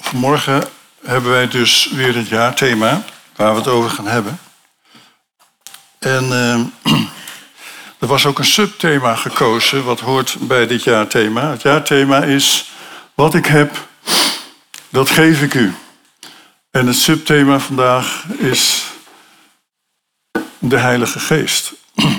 Morgen hebben wij dus weer het jaarthema waar we het over gaan hebben. En er was ook een subthema gekozen wat hoort bij dit jaarthema. Het jaarthema is: wat ik heb, dat geef ik u. En het subthema vandaag is de Heilige Geest.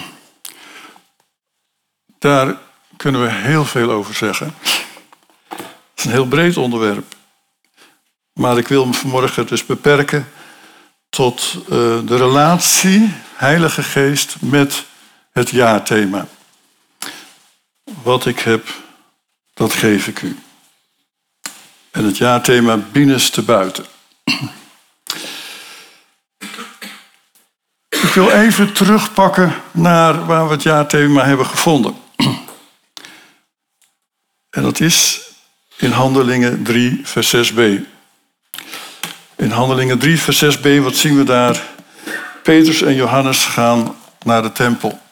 Daar kunnen we heel veel over zeggen. Het is een heel breed onderwerp. Maar ik wil me vanmorgen dus beperken tot de relatie Heilige Geest met het jaarthema. Wat ik heb, dat geef ik u. En het jaarthema binnenste buiten. Ik wil even terugpakken naar waar we het jaarthema hebben gevonden. En dat is in Handelingen 3, vers 6b. In Handelingen 3, vers 6b, wat zien we daar? Petrus en Johannes gaan naar de tempel.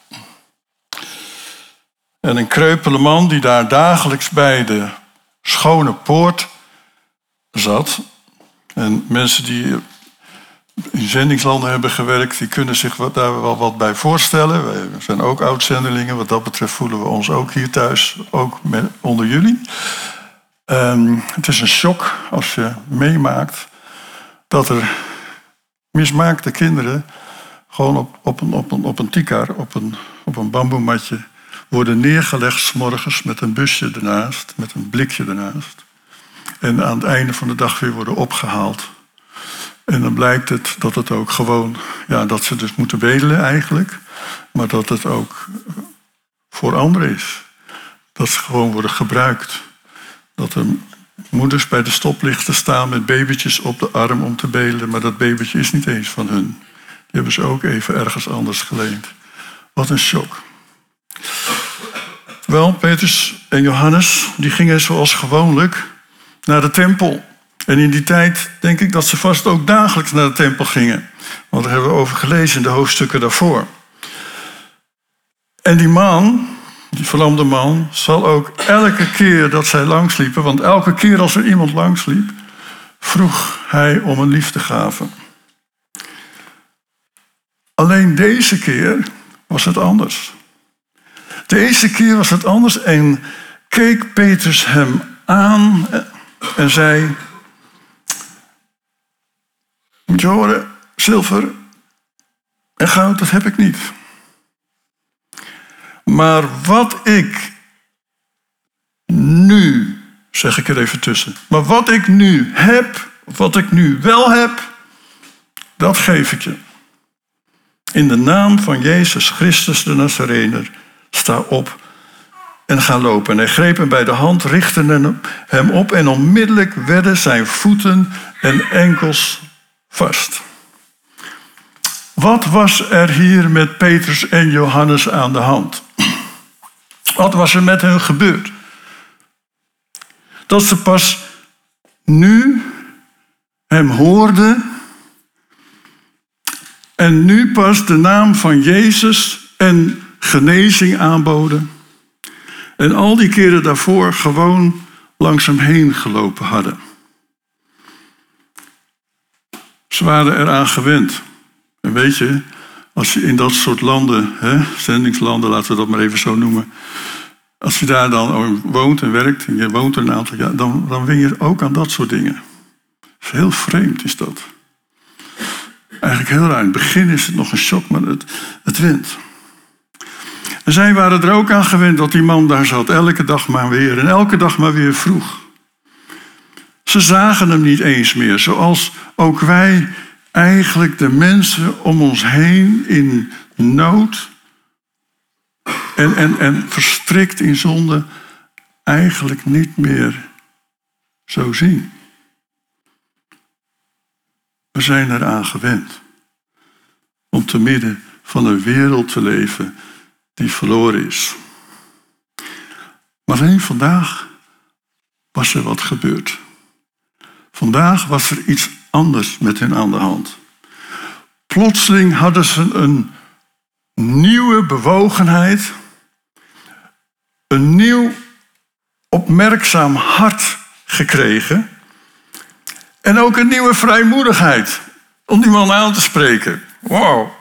En een kreupele man die daar dagelijks bij de schone poort zat. En mensen die in zendingslanden hebben gewerkt, die kunnen zich daar wel wat bij voorstellen. Wij zijn ook oud-zendelingen. Wat dat betreft voelen we ons ook hier thuis, ook onder jullie. Het is een shock als je meemaakt dat er mismaakte kinderen gewoon op een tikar, op een bamboematje, worden neergelegd 's morgens met een busje ernaast, met een blikje ernaast. En aan het einde van de dag weer worden opgehaald. En dan blijkt het dat het ook gewoon, dat ze dus moeten bedelen eigenlijk, maar dat het ook voor anderen is. Dat ze gewoon worden gebruikt. Dat er moeders bij de stoplichten staan met babytjes op de arm om te bedelen, maar dat babytje is niet eens van hun. Die hebben ze ook even ergens anders geleend. Wat een shock. Wel, Petrus en Johannes, die gingen zoals gewoonlijk naar de tempel. En in die tijd denk ik dat ze vast ook dagelijks naar de tempel gingen. Want daar hebben we over gelezen in de hoofdstukken daarvoor. En die man, die verlamde man, zal ook elke keer dat zij langsliepen, want elke keer als er iemand langsliep, vroeg hij om een liefdegave. Alleen deze keer was het anders. Deze keer was het anders en keek Petrus hem aan en zei: moet je horen, zilver en goud, dat heb ik niet. Maar wat ik nu, zeg ik er even tussen, maar wat ik nu heb, wat ik nu wel heb, dat geef ik je. In de naam van Jezus Christus de Nazarener, sta op en ga lopen. En hij greep hem bij de hand, richtte hem op en onmiddellijk werden zijn voeten en enkels vast. Wat was er hier met Petrus en Johannes aan de hand? Wat was er met hen gebeurd? Dat ze pas nu hem hoorden en nu pas de naam van Jezus en genezing aanboden. En al die keren daarvoor gewoon langs hem heen gelopen hadden. Ze waren eraan gewend. En weet je, als je in dat soort landen, zendingslanden, laten we dat maar even zo noemen, als je daar dan woont en werkt, en je woont er een aantal jaar, dan win je ook aan dat soort dingen. Heel vreemd is dat. Eigenlijk heel raar. In het begin is het nog een shock, maar het wint. En zij waren er ook aan gewend dat die man daar zat, elke dag maar weer en elke dag maar weer vroeg. Ze zagen hem niet eens meer, zoals ook wij eigenlijk de mensen om ons heen in nood en verstrikt in zonde eigenlijk niet meer zo zien. We zijn eraan gewend om te midden van een wereld te leven die verloren is. Maar alleen vandaag was er wat gebeurd. Vandaag was er iets anders met hen aan de hand. Plotseling hadden ze een nieuwe bewogenheid, een nieuw opmerkzaam hart gekregen. En ook een nieuwe vrijmoedigheid om die man aan te spreken. Wow.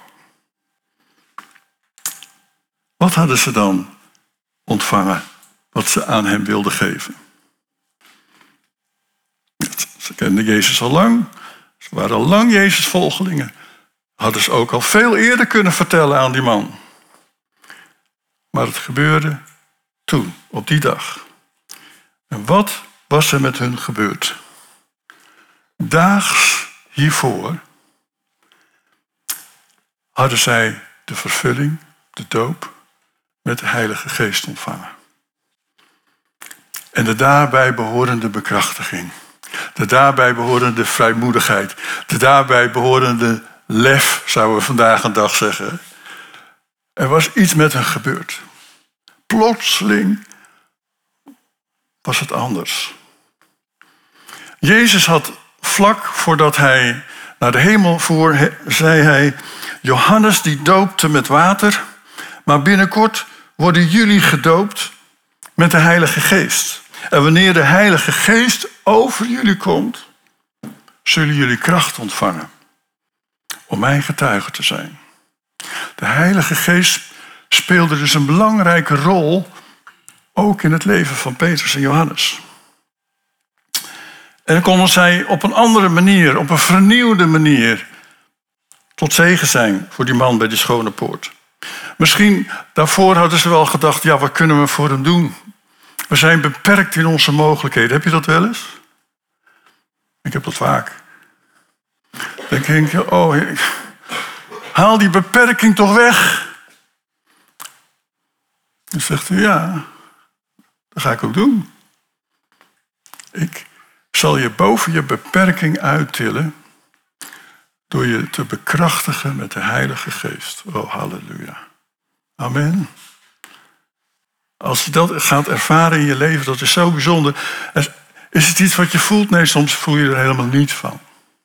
Wat hadden ze dan ontvangen wat ze aan hem wilden geven? Ze kenden Jezus al lang. Ze waren al lang Jezus volgelingen. Hadden ze ook al veel eerder kunnen vertellen aan die man. Maar het gebeurde toen, op die dag. En wat was er met hun gebeurd? Daags hiervoor hadden zij de vervulling, de doop, met de Heilige Geest ontvangen. En de daarbij behorende bekrachtiging. De daarbij behorende vrijmoedigheid. De daarbij behorende lef, zouden we vandaag een dag zeggen. Er was iets met hen gebeurd. Plotseling was het anders. Jezus had vlak voordat hij naar de hemel voer, zei hij: Johannes die doopte met water, maar binnenkort worden jullie gedoopt met de Heilige Geest. En wanneer de Heilige Geest over jullie komt, zullen jullie kracht ontvangen om mijn getuige te zijn. De Heilige Geest speelde dus een belangrijke rol ook in het leven van Petrus en Johannes. En dan konden zij op een andere manier, op een vernieuwde manier, tot zegen zijn voor die man bij die schone poort. Misschien daarvoor hadden ze wel gedacht, ja, wat kunnen we voor hem doen? We zijn beperkt in onze mogelijkheden. Heb je dat wel eens? Ik heb dat vaak. Dan denk je, haal die beperking toch weg. Dan zegt hij, ja, dat ga ik ook doen. Ik zal je boven je beperking uittillen door je te bekrachtigen met de Heilige Geest. Oh, halleluja. Amen. Als je dat gaat ervaren in je leven, dat is zo bijzonder. Is het iets wat je voelt? Nee, soms voel je er helemaal niet van.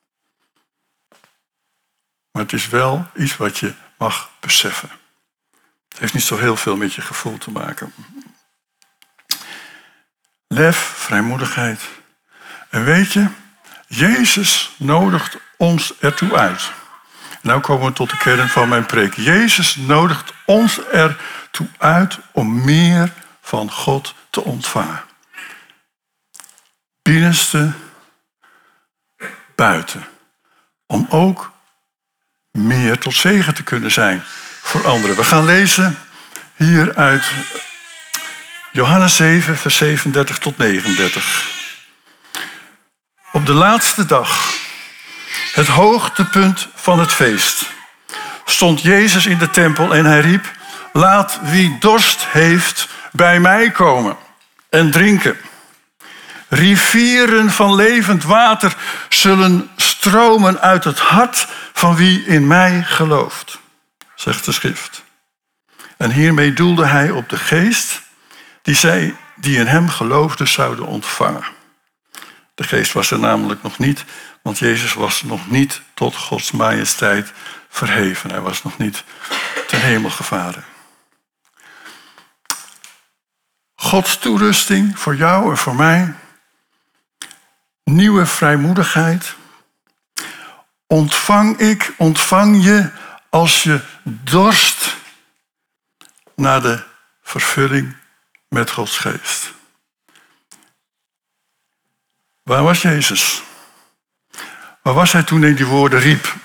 Maar het is wel iets wat je mag beseffen. Het heeft niet zo heel veel met je gevoel te maken. Lef, vrijmoedigheid. En weet je, Jezus nodigt ons ertoe uit. Nou komen we tot de kern van mijn preek. Jezus nodigt ons ertoe uit om meer van God te ontvangen. Binnenste, buiten. Om ook meer tot zegen te kunnen zijn voor anderen. We gaan lezen hier uit Johannes 7, vers 37 tot 39. Op de laatste dag, het hoogtepunt van het feest, stond Jezus in de tempel en hij riep: laat wie dorst heeft bij mij komen en drinken. Rivieren van levend water zullen stromen uit het hart van wie in mij gelooft, zegt de schrift. En hiermee doelde hij op de geest die zij die in hem geloofden zouden ontvangen. De geest was er namelijk nog niet, want Jezus was nog niet tot Gods majesteit verheven. Hij was nog niet ten hemel gevaren. Gods toerusting voor jou en voor mij. Nieuwe vrijmoedigheid. Ontvang je als je dorst naar de vervulling met Gods geest. Waar was Jezus? Waar was hij toen hij die woorden riep?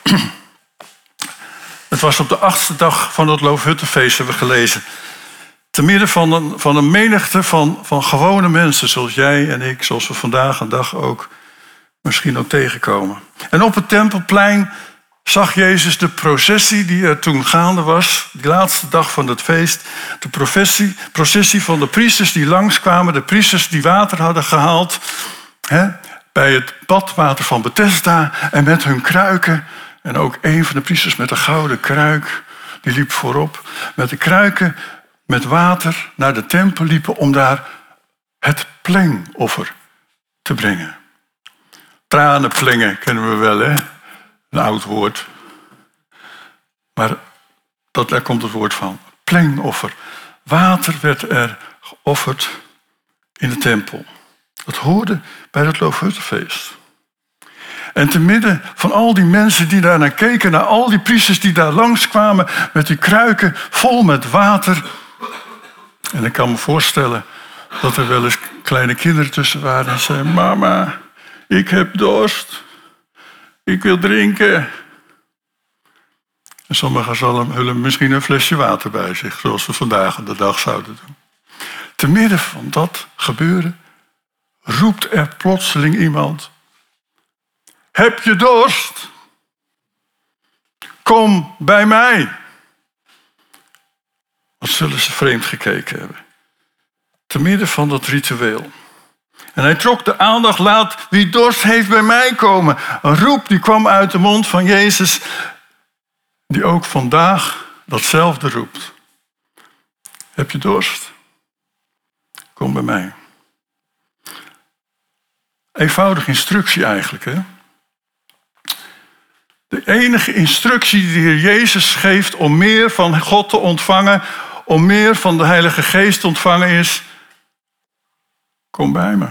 Het was op de 8e dag van het Loofhuttenfeest, hebben we gelezen. Te midden van een menigte van gewone mensen, zoals jij en ik, zoals we vandaag een dag ook misschien ook tegenkomen. En op het Tempelplein zag Jezus de processie die er toen gaande was, die laatste dag van het feest. De processie van de priesters die langskwamen, de priesters die water hadden gehaald bij het badwater van Bethesda en met hun kruiken. En ook een van de priesters met een gouden kruik, die liep voorop. Met de kruiken met water naar de tempel liepen om daar het plengoffer te brengen. Tranenplengen kennen we wel, hè? Een oud woord. Maar daar komt het woord van. Plengoffer. Water werd er geofferd in de tempel. Dat hoorde bij het Loofhuttenfeest. En te midden van al die mensen die daar naar keken, naar al die priesters die daar langskwamen met die kruiken vol met water. En ik kan me voorstellen dat er wel eens kleine kinderen tussen waren en zeiden: mama, ik heb dorst. Ik wil drinken. En sommigen zullen misschien een flesje water bij zich, zoals we vandaag de dag zouden doen. Te midden van dat gebeuren roept er plotseling iemand: heb je dorst? Kom bij mij. Wat zullen ze vreemd gekeken hebben. Te midden van dat ritueel. En hij trok de aandacht: laat wie dorst heeft bij mij komen. Een roep die kwam uit de mond van Jezus, die ook vandaag datzelfde roept. Heb je dorst? Kom bij mij. Eenvoudige instructie eigenlijk, hè? De enige instructie die de Heer Jezus geeft om meer van God te ontvangen, om meer van de Heilige Geest te ontvangen is: kom bij me.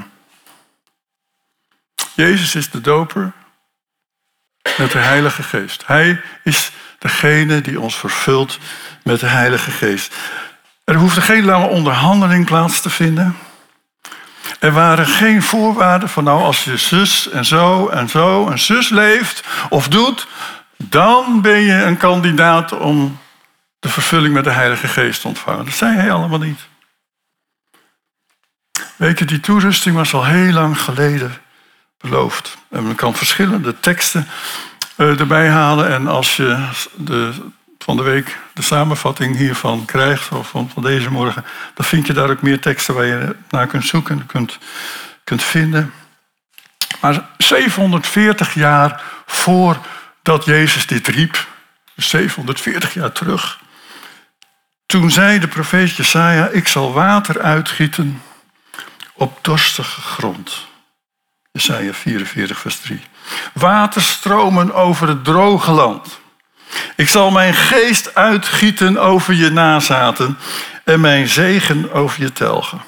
Jezus is de doper met de Heilige Geest. Hij is degene die ons vervult met de Heilige Geest. Er hoefde geen lange onderhandeling plaats te vinden. Er waren geen voorwaarden van: nou, als je zus en zo en zo en zus leeft of doet, dan ben je een kandidaat om de vervulling met de Heilige Geest te ontvangen. Dat zei hij allemaal niet. Weet je, die toerusting was al heel lang geleden beloofd. En men kan verschillende teksten erbij halen. En als je van de week de samenvatting hiervan krijgt, of van deze morgen, dan vind je daar ook meer teksten waar je naar kunt zoeken, kunt vinden. Maar 740 jaar voordat Jezus dit riep, dus 740 jaar terug, toen zei de profeet Jesaja: ik zal water uitgieten op dorstige grond. Jesaja 44 vers 3. Waterstromen over het droge land. Ik zal mijn geest uitgieten over je nazaten en mijn zegen over je telgen.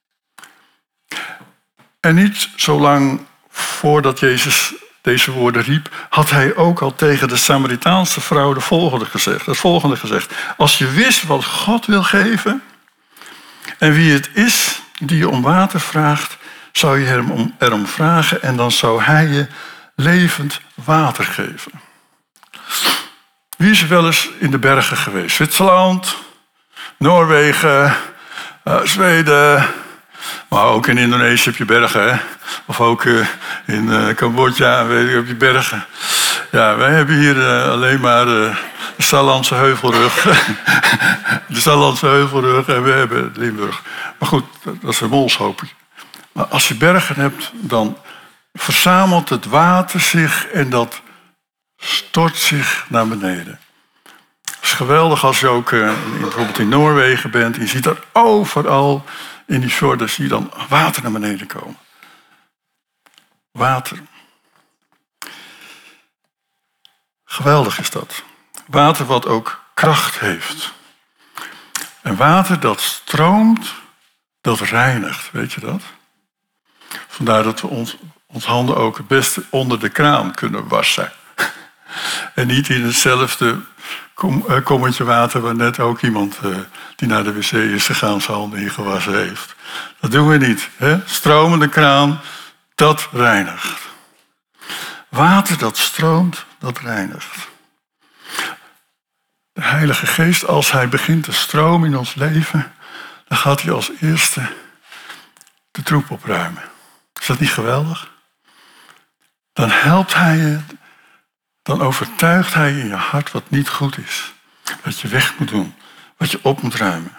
En niet zo lang voordat Jezus deze woorden riep, had hij ook al tegen de Samaritaanse vrouw het volgende gezegd. Als je wist wat God wil geven en wie het is die je om water vraagt, zou je erom vragen en dan zou hij je levend water geven. Wie is er wel eens in de bergen geweest? Zwitserland, Noorwegen, Zweden, maar ook in Indonesië heb je bergen, hè? Of ook in Cambodja heb je bergen. Ja, wij hebben hier alleen maar de Sallandse Heuvelrug. De Sallandse Heuvelrug en we hebben Limburg. Maar goed, dat is een molshoop. Maar als je bergen hebt, dan verzamelt het water zich en dat stort zich naar beneden. Het is geweldig als je ook bijvoorbeeld in Noorwegen bent. Je ziet dat overal in die fjorden zie je dan water naar beneden komen. Water. Geweldig is dat. Water wat ook kracht heeft. En water dat stroomt, dat reinigt. Weet je dat? Vandaar dat we ons handen ook het beste onder de kraan kunnen wassen. En niet in hetzelfde kommetje water waar net ook iemand die naar de wc is gegaan zijn handen in gewassen heeft. Dat doen we niet. Hè? Stromende kraan, dat reinigt. Water dat stroomt, dat reinigt. De Heilige Geest, als hij begint te stromen in ons leven, dan gaat hij als eerste de troep opruimen. Is dat niet geweldig? Dan helpt hij je, dan overtuigt hij je in je hart wat niet goed is. Wat je weg moet doen, wat je op moet ruimen.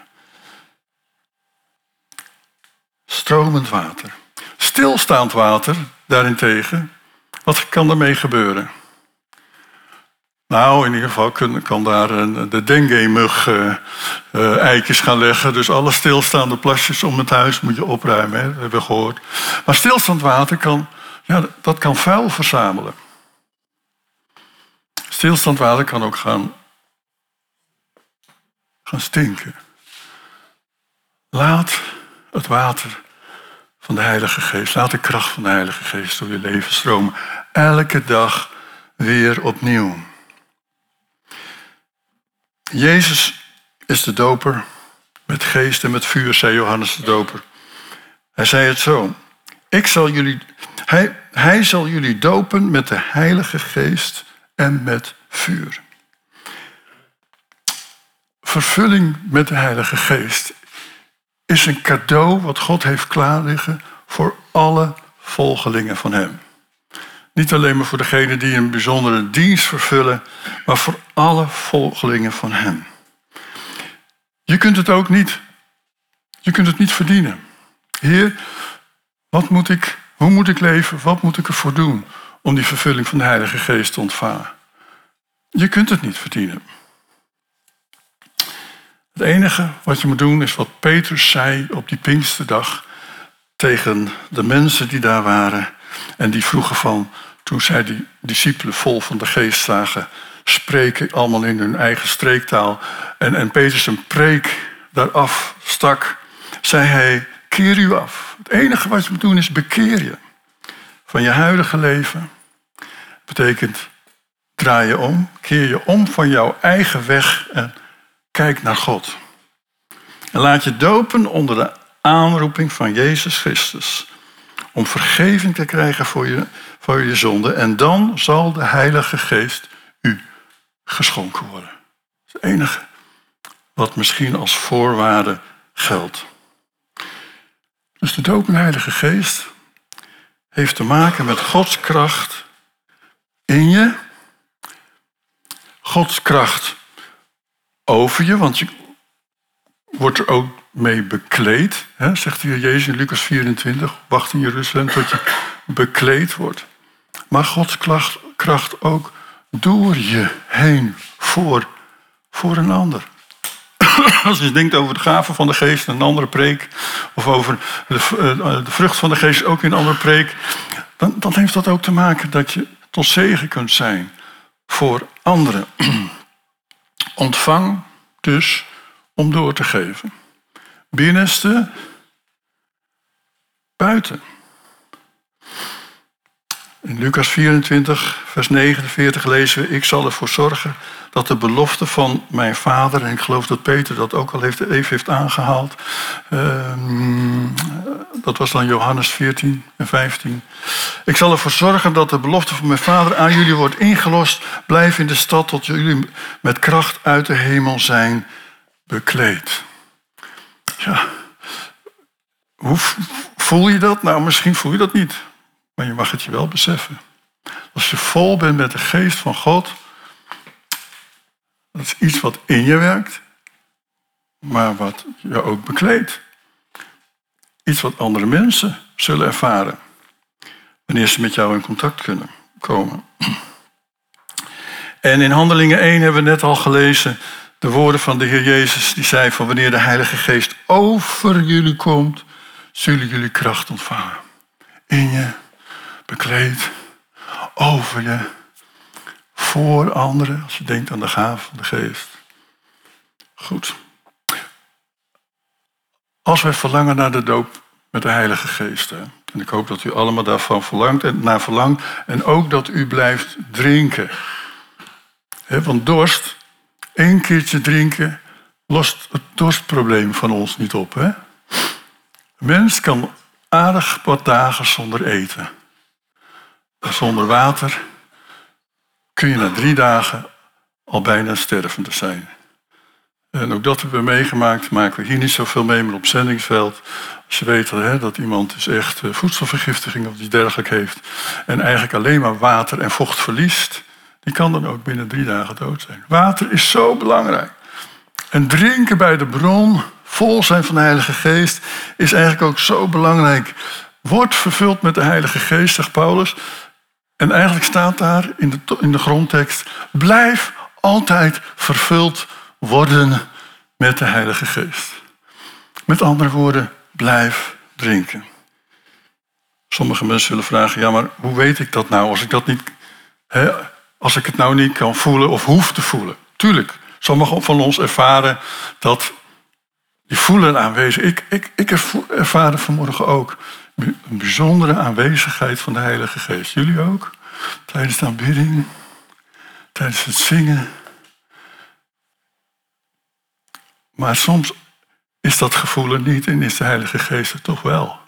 Stromend water. Stilstaand water, daarentegen, wat kan daarmee gebeuren? Nou, in ieder geval kan daar de dengue-mug eitjes gaan leggen. Dus alle stilstaande plasjes om het huis moet je opruimen, hè? Dat hebben we gehoord. Maar stilstaand water kan vuil verzamelen. Stilstaand water kan ook gaan stinken. Laat het water van de Heilige Geest, laat de kracht van de Heilige Geest door je leven stromen. elke dag weer opnieuw. Jezus is de doper met geest en met vuur, zei Johannes de Doper. Hij zei het zo. Hij zal jullie dopen met de Heilige Geest en met vuur. Vervulling met de Heilige Geest is een cadeau wat God heeft klaar liggen voor alle volgelingen van hem. Niet alleen maar voor degenen die een bijzondere dienst vervullen, maar voor alle volgelingen van hem. Je kunt het ook niet. Je kunt het niet verdienen. Heer, hoe moet ik leven? Wat moet ik ervoor doen om die vervulling van de Heilige Geest te ontvangen? Je kunt het niet verdienen. Het enige wat je moet doen is wat Petrus zei op die Pinksterdag tegen de mensen die daar waren. En die vroegen van, toen zij die discipelen vol van de Geest zagen spreken, allemaal in hun eigen streektaal. En Petrus een preek daaraf stak, zei hij, keer u af. Het enige wat je moet doen is bekeer je. Van je huidige leven betekent draai je om, keer je om van jouw eigen weg en kijk naar God. En laat je dopen onder de aanroeping van Jezus Christus. Om vergeving te krijgen voor je zonde. En dan zal de Heilige Geest u geschonken worden. Dat is het enige wat misschien als voorwaarde geldt. Dus de doop in de Heilige Geest heeft te maken met Gods kracht in je. Gods kracht over je, want je wordt er ook mee bekleed. Hè, zegt de Heer Jezus in Lucas 24. Wacht in Jeruzalem tot je bekleed wordt. Maar Gods kracht ook door je heen voor een ander. Als je denkt over de gaven van de geest in een andere preek, of over de vrucht van de geest ook in een andere preek, dan heeft dat ook te maken dat je tot zegen kunt zijn voor anderen. Ontvang dus om door te geven. Binnenste, buiten. In Lucas 24, vers 49 lezen we, ik zal ervoor zorgen dat de belofte van mijn vader, en ik geloof dat Peter dat ook al even heeft aangehaald, dat was dan Johannes 14 en 15. Ik zal ervoor zorgen dat de belofte van mijn vader aan jullie wordt ingelost. Blijf in de stad tot jullie met kracht uit de hemel zijn bekleed. Ja, hoe voel je dat? Nou, misschien voel je dat niet. Maar je mag het je wel beseffen. Als je vol bent met de geest van God, dat is iets wat in je werkt, maar wat je ook bekleedt. Iets wat andere mensen zullen ervaren, wanneer ze met jou in contact kunnen komen. En in Handelingen 1 hebben we net al gelezen de woorden van de Heer Jezus, die zei van wanneer de Heilige Geest over jullie komt, zullen jullie kracht ontvangen. In je, bekleed, over je, voor anderen, als je denkt aan de gave van de Geest. Goed. Als wij verlangen naar de doop met de Heilige Geest, hè, en ik hoop dat u allemaal daarvan verlangt, en ook dat u blijft drinken. Want dorst, 1 keertje drinken, lost het dorstprobleem van ons niet op. Hè? Een mens kan aardig wat dagen zonder eten. Zonder water kun je na 3 dagen al bijna stervende zijn. En ook dat hebben we meegemaakt, maken we hier niet zoveel mee, maar op zendingsveld. Als je weet dat iemand dus echt voedselvergiftiging of iets dergelijks heeft en eigenlijk alleen maar water en vocht verliest, die kan dan ook binnen 3 dagen dood zijn. Water is zo belangrijk. En drinken bij de bron, vol zijn van de Heilige Geest, is eigenlijk ook zo belangrijk. Word vervuld met de Heilige Geest, zegt Paulus. En eigenlijk staat daar in de grondtekst, blijf altijd vervuld worden met de Heilige Geest. Met andere woorden, blijf drinken. Sommige mensen zullen vragen, ja, maar hoe weet ik dat nou als ik het nou niet kan voelen of hoef te voelen? Tuurlijk, sommigen van ons ervaren dat die voelen aanwezig. Ik ervaarde vanmorgen ook een bijzondere aanwezigheid van de Heilige Geest. Jullie ook? tijdens de aanbidding, tijdens het zingen. Maar soms is dat gevoel er niet en is de Heilige Geest er toch wel.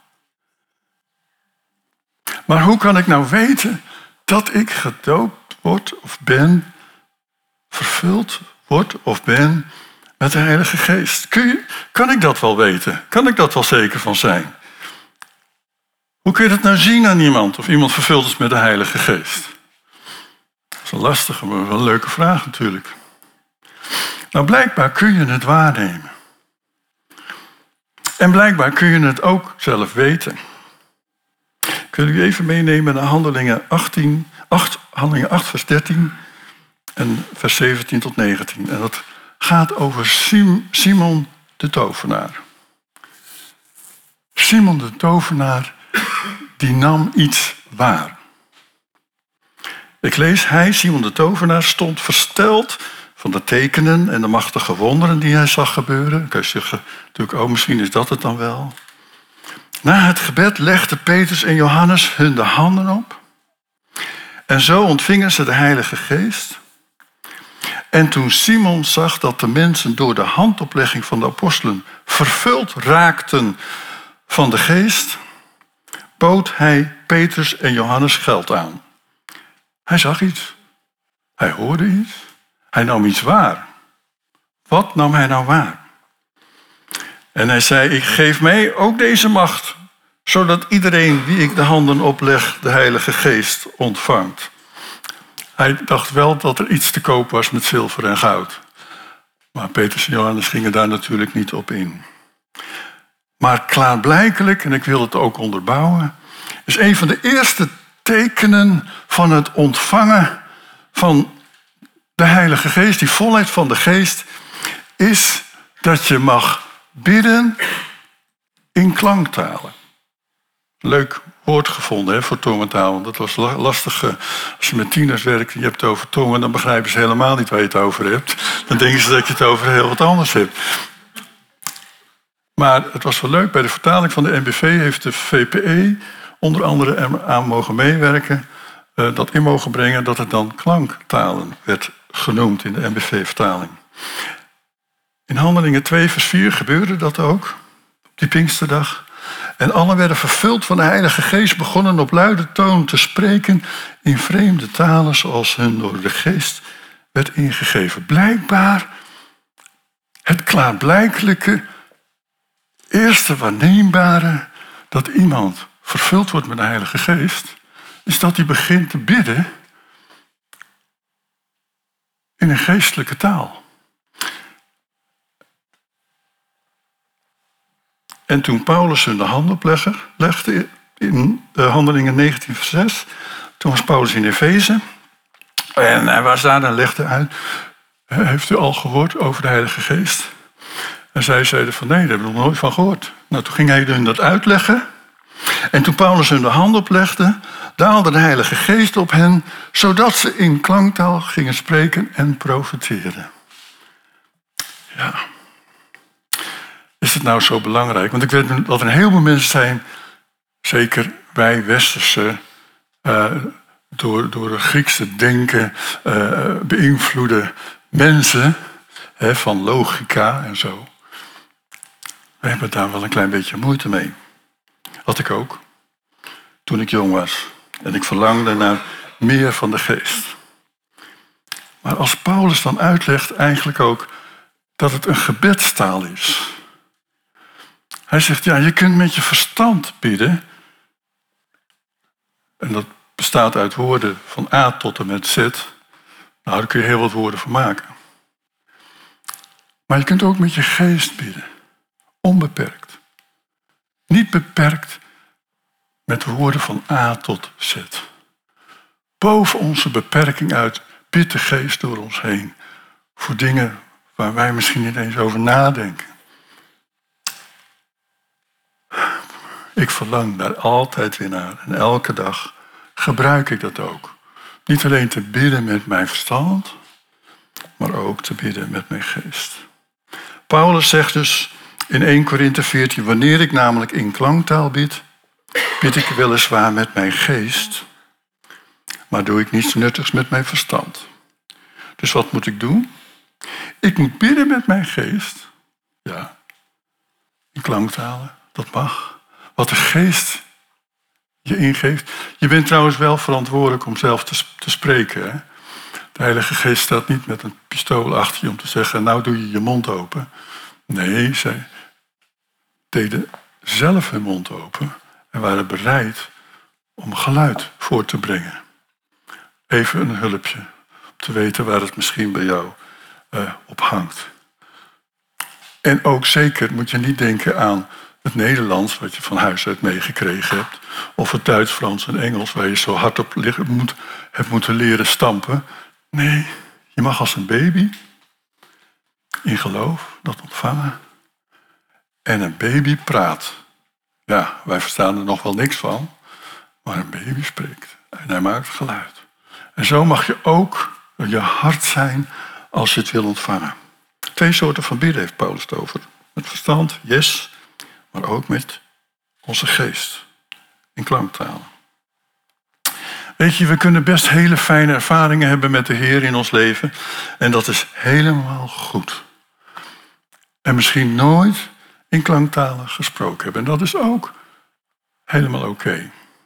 Maar hoe kan ik nou weten dat ik gedoopt word of ben, vervuld word of ben met de Heilige Geest? Kan ik dat wel weten? Kan ik dat wel zeker van zijn? Hoe kun je dat nou zien aan iemand of iemand vervuld is met de Heilige Geest? Dat is een lastige, maar wel een leuke vraag natuurlijk. Nou, blijkbaar kun je het waarnemen. En blijkbaar kun je het ook zelf weten. Ik wil u even meenemen naar Handelingen 8, vers 13 en vers 17 tot 19. En dat gaat over Simon de tovenaar. Simon de tovenaar, die nam iets waar. Ik lees, hij, Simon de tovenaar, stond versteld van de tekenen en de machtige wonderen die hij zag gebeuren. Dan kun je zeggen, natuurlijk, misschien is dat het dan wel. Na het gebed legden Petrus en Johannes hun de handen op. En zo ontvingen ze de Heilige Geest. En toen Simon zag dat de mensen door de handoplegging van de apostelen vervuld raakten van de Geest, bood hij Petrus en Johannes geld aan. Hij zag iets. Hij hoorde iets. Hij nam iets waar. Wat nam hij nou waar? En hij zei, ik geef mij ook deze macht, zodat iedereen wie ik de handen opleg de Heilige Geest ontvangt. Hij dacht wel dat er iets te koop was met zilver en goud. Maar Petrus en Johannes gingen daar natuurlijk niet op in. Maar klaarblijkelijk, en ik wil het ook onderbouwen, is een van de eerste tekenen van het ontvangen van de Heilige Geest, die volheid van de Geest, is dat je mag bidden in klanktalen. Leuk woord gevonden voor tongentaal, want dat was lastig. Als je met tieners werkt en je hebt het over tongen, dan begrijpen ze helemaal niet waar je het over hebt. Dan denken ze dat je het over heel wat anders hebt. Maar het was wel leuk, bij de vertaling van de NBV heeft de VPE onder andere aan mogen meewerken, dat in mogen brengen dat het dan klanktalen werd genoemd in de NBV-vertaling. In Handelingen 2 vers 4 gebeurde dat ook, op die Pinksterdag. En allen werden vervuld van de Heilige Geest, begonnen op luide toon te spreken in vreemde talen zoals hun door de Geest werd ingegeven. Blijkbaar het klaarblijkelijke, eerste waarneembare dat iemand vervuld wordt met de Heilige Geest, is dat hij begint te bidden in een geestelijke taal. En toen Paulus hun de hand oplegde in Handelingen 19 vers 6, toen was Paulus in Efeze en hij was daar en legde uit, heeft u al gehoord over de Heilige Geest? En zij zeiden van nee, daar hebben we nog nooit van gehoord. Nou, toen ging hij hun dat uitleggen. En toen Paulus hun de hand oplegde, daalde de Heilige Geest op hen, zodat ze in klanktaal gingen spreken en profeteerden. Ja. Is het nou zo belangrijk? Want ik weet dat er een heleboel mensen zijn, zeker wij Westerse, door het Griekse denken beïnvloede mensen, van logica en zo. We hebben daar wel een klein beetje moeite mee. Had ik ook, toen ik jong was. En ik verlangde naar meer van de Geest. Maar als Paulus dan uitlegt eigenlijk ook dat het een gebedstaal is. Hij zegt, ja, je kunt met je verstand bidden. En dat bestaat uit woorden van A tot en met Z. Nou, daar kun je heel wat woorden van maken. Maar je kunt ook met je geest bidden. Onbeperkt. Niet beperkt met woorden van A tot Z. Boven onze beperking uit bidt de Geest door ons heen. Voor dingen waar wij misschien niet eens over nadenken. Ik verlang daar altijd weer naar. En elke dag gebruik ik dat ook. Niet alleen te bidden met mijn verstand, maar ook te bidden met mijn geest. Paulus zegt dus in 1 Korinthe 14, wanneer ik namelijk in klanktaal bid, bid ik weliswaar met mijn geest, maar doe ik niets nuttigs met mijn verstand. Dus wat moet ik doen? Ik moet bidden met mijn geest. Ja, in klanktalen, dat mag. Wat de geest je ingeeft. Je bent trouwens wel verantwoordelijk om zelf te spreken. Hè? De Heilige Geest staat niet met een pistool achter je om te zeggen, nou doe je je mond open. Nee, zij deden zelf hun mond open en waren bereid om geluid voor te brengen. Even een hulpje, om te weten waar het misschien bij jou op hangt. En ook zeker moet je niet denken aan het Nederlands, wat je van huis uit meegekregen hebt, of het Duits, Frans en Engels, waar je zo hard op hebt moeten leren stampen. Nee, je mag als een baby in geloof dat ontvangen. En een baby praat. Ja, wij verstaan er nog wel niks van, maar een baby spreekt en hij maakt geluid. En zo mag je ook je hart zijn als je het wil ontvangen. 2 soorten van bidden heeft Paulus het over. Met verstand, yes, maar ook met onze geest. In klanktalen. Weet je, we kunnen best hele fijne ervaringen hebben met de Heer in ons leven. En dat is helemaal goed. En misschien nooit in klanktalen gesproken hebben. En dat is ook helemaal oké.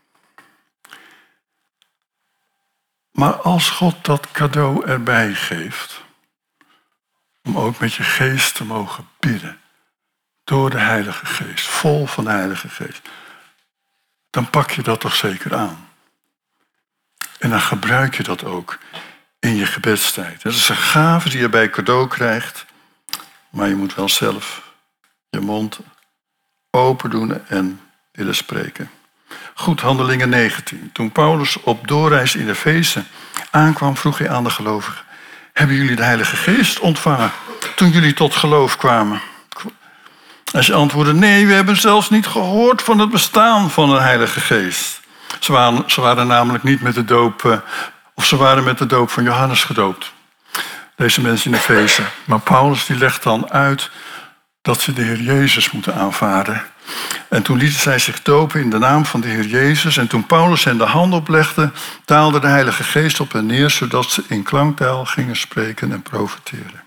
Maar als God dat cadeau erbij geeft, om ook met je geest te mogen bidden, door de Heilige Geest, vol van de Heilige Geest, dan pak je dat toch zeker aan. En dan gebruik je dat ook in je gebedstijd. Dat is een gave die je bij cadeau krijgt, maar je moet wel zelf je mond open doen en willen spreken. Goed, Handelingen 19. Toen Paulus op doorreis in Efeze aankwam, vroeg hij aan de gelovigen: hebben jullie de Heilige Geest ontvangen toen jullie tot geloof kwamen? En ze antwoordden: nee, we hebben zelfs niet gehoord van het bestaan van een Heilige Geest. Ze waren namelijk niet met de doop, of ze waren met de doop van Johannes gedoopt. Deze mensen in Efeze. Maar Paulus die legt dan uit dat ze de Heer Jezus moeten aanvaarden. En toen lieten zij zich dopen in de naam van de Heer Jezus. En toen Paulus hen de hand oplegde, daalde de Heilige Geest op hen neer, zodat ze in klanktaal gingen spreken en profeteren.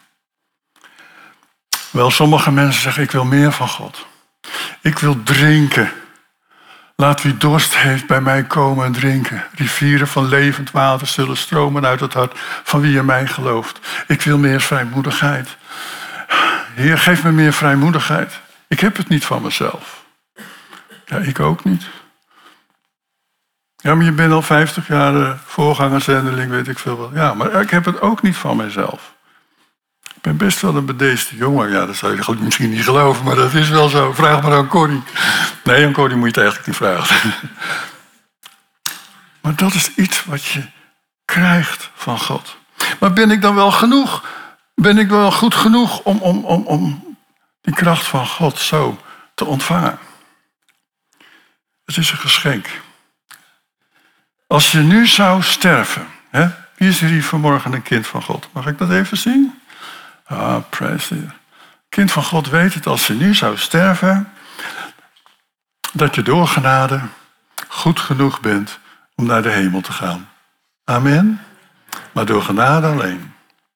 Wel, sommige mensen zeggen: ik wil meer van God. Ik wil drinken. Laat wie dorst heeft bij mij komen en drinken. Rivieren van levend water zullen stromen uit het hart van wie in mij gelooft. Ik wil meer vrijmoedigheid. Heer, geef me meer vrijmoedigheid. Ik heb het niet van mezelf. Ja, ik ook niet. Ja, maar je bent al 50 jaar voorgangerzendeling, weet ik veel wat. Ja, maar ik heb het ook niet van mezelf. Ik ben best wel een bedeesde jongen. Ja, dat zou je misschien niet geloven, maar dat is wel zo. Vraag maar aan Corrie. Nee, aan Corrie moet je het eigenlijk niet vragen. Maar dat is iets wat je krijgt van God. Maar ben ik dan wel genoeg? Ben ik wel goed genoeg om die kracht van God zo te ontvangen? Het is een geschenk. Als je nu zou sterven, hè? Wie is hier vanmorgen een kind van God? Mag ik dat even zien? Ah, praise the Lord. Kind van God weet het, als je nu zou sterven, dat je door genade goed genoeg bent om naar de hemel te gaan. Amen. Maar door genade alleen.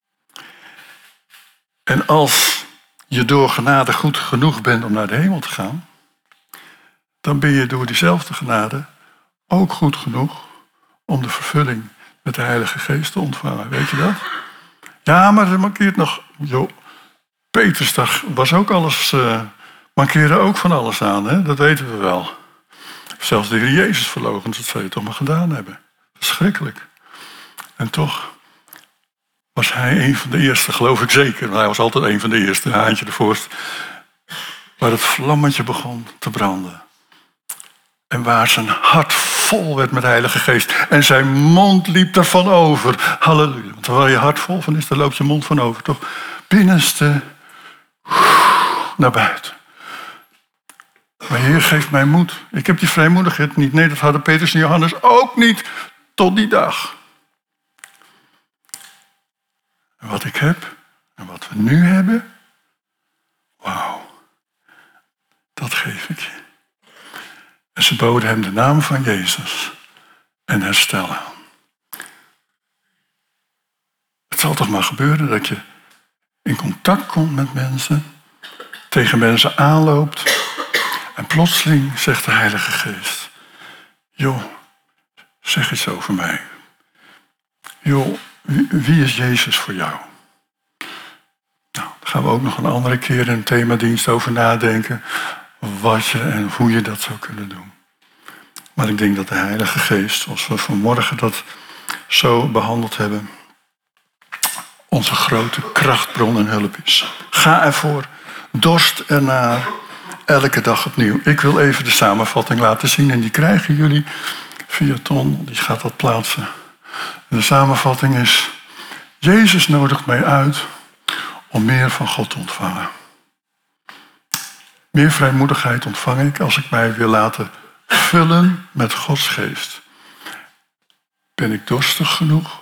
En als je door genade goed genoeg bent om naar de hemel te gaan, dan ben je door diezelfde genade ook goed genoeg om de vervulling met de Heilige Geest te ontvangen. Weet je dat? Ja, maar er mankeert nog. Petersdag was ook alles, mankeerde ook van alles aan, hè? Dat weten we wel. Zelfs de Heer Jezus verloochend, dat zou je toch maar gedaan hebben. Verschrikkelijk. En toch was hij een van de eerste, geloof ik zeker. Hij was altijd een van de eerste, een haantje de voorst. Waar het vlammetje begon te branden. En waar zijn hart vol werd met de Heilige Geest. En zijn mond liep ervan over. Halleluja. Want waar je hart vol van is, daar loopt je mond van over. Toch? Binnenste naar buiten. Maar Heer, geef mij moed. Ik heb die vrijmoedigheid niet. Nee, dat hadden Petrus en Johannes ook niet. Tot die dag. En wat ik heb en wat we nu hebben. Wauw. Dat geef ik je. En ze boden hem de naam van Jezus en herstel aan. zal toch maar gebeuren dat je in contact komt met mensen, tegen mensen aanloopt en plotseling zegt de Heilige Geest: joh, zeg iets over mij. Joh, wie is Jezus voor jou? Nou, daar gaan we ook nog een andere keer in een themadienst over nadenken, wat je en hoe je dat zou kunnen doen. Maar ik denk dat de Heilige Geest, zoals we vanmorgen dat zo behandeld hebben, onze grote krachtbron en hulp is. Ga ervoor, dorst ernaar, elke dag opnieuw. Ik wil even de samenvatting laten zien en die krijgen jullie via Ton, die gaat dat plaatsen. En de samenvatting is: Jezus nodigt mij uit om meer van God te ontvangen. Meer vrijmoedigheid ontvang ik als ik mij wil laten vullen met Gods geest. Ben ik dorstig genoeg?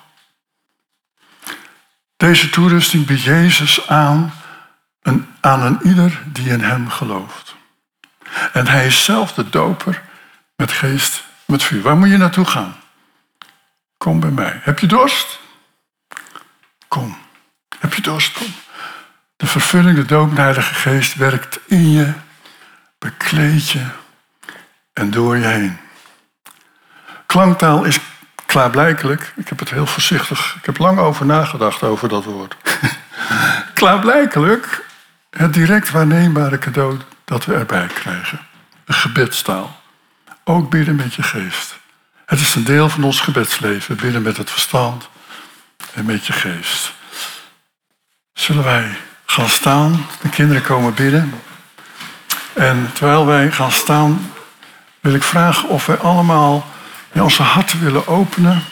Deze toerusting biedt Jezus aan een ieder die in hem gelooft. En hij is zelf de doper met geest, met vuur. Waar moet je naartoe gaan? Kom bij mij. Heb je dorst? Kom. Heb je dorst? Kom. De vervulling, de doop met de Heilige Geest werkt in je, bekleedt je en door je heen. Klanktaal is klaarblijkelijk, ik heb het heel voorzichtig, ik heb lang over nagedacht over dat woord. Klaarblijkelijk het direct waarneembare cadeau dat we erbij krijgen. Een gebedstaal. Ook bidden met je geest. Het is een deel van ons gebedsleven, bidden met het verstand en met je geest. Zullen wij gaan staan? De kinderen komen bidden. En terwijl wij gaan staan, wil ik vragen of wij allemaal onze harten willen openen.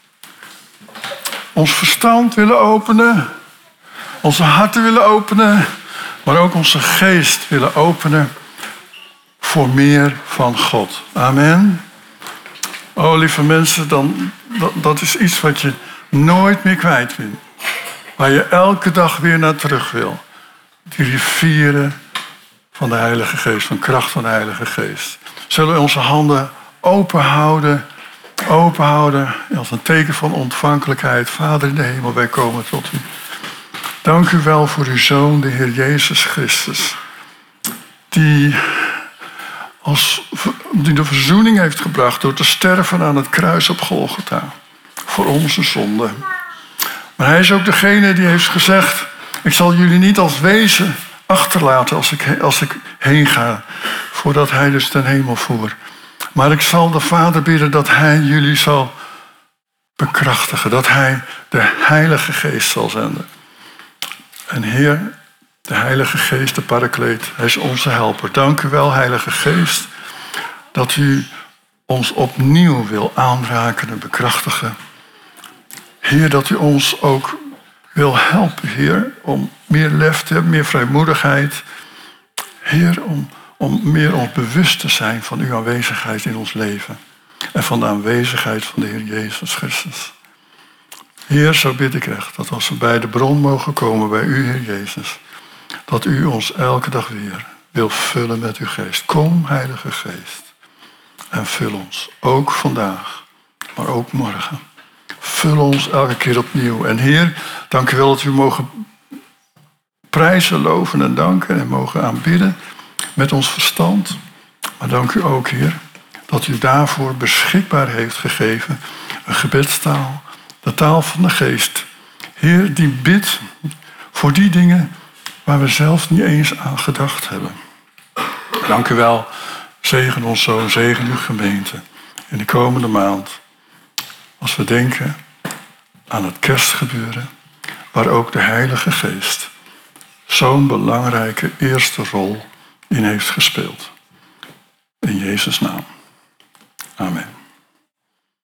Ons verstand willen openen. Onze harten willen openen. Maar ook onze geest willen openen voor meer van God. Amen. Oh, lieve mensen, dat is iets wat je nooit meer kwijt bent. Waar je elke dag weer naar terug wil. Die rivieren van de Heilige Geest, van kracht van de Heilige Geest. Zullen we onze handen open houden als een teken van ontvankelijkheid. Vader in de hemel, wij komen tot u. Dank u wel voor uw Zoon, de Heer Jezus Christus. Die de verzoening heeft gebracht door te sterven aan het kruis op Golgotha. Voor onze zonden. Maar hij is ook degene die heeft gezegd: ik zal jullie niet als wezen achterlaten als ik heen ga. Voordat hij dus ten hemel voer. Maar ik zal de Vader bidden dat hij jullie zal bekrachtigen. Dat hij de Heilige Geest zal zenden. En Heer, de Heilige Geest, de Parakleet, hij is onze helper. Dank u wel, Heilige Geest, dat u ons opnieuw wil aanraken en bekrachtigen. Heer, dat u ons ook wil helpen, Heer, om meer lef te hebben, meer vrijmoedigheid. Heer, om meer ons bewust te zijn van uw aanwezigheid in ons leven. En van de aanwezigheid van de Heer Jezus Christus. Heer, zo bid ik echt dat als we bij de bron mogen komen bij u, Heer Jezus, dat u ons elke dag weer wil vullen met uw geest. Kom, Heilige Geest, en vul ons. Ook vandaag, maar ook morgen. Vul ons elke keer opnieuw. En Heer, dank u wel dat we mogen prijzen, loven en danken en mogen aanbidden met ons verstand. Maar dank u ook, Heer, dat u daarvoor beschikbaar heeft gegeven een gebedstaal, de taal van de geest. Heer, die bidt voor die dingen waar we zelf niet eens aan gedacht hebben. Dank u wel. Zegen ons zo, zegen uw gemeente in de komende maand. Als we denken aan het kerstgebeuren, waar ook de Heilige Geest zo'n belangrijke eerste rol in heeft gespeeld. In Jezus' naam. Amen.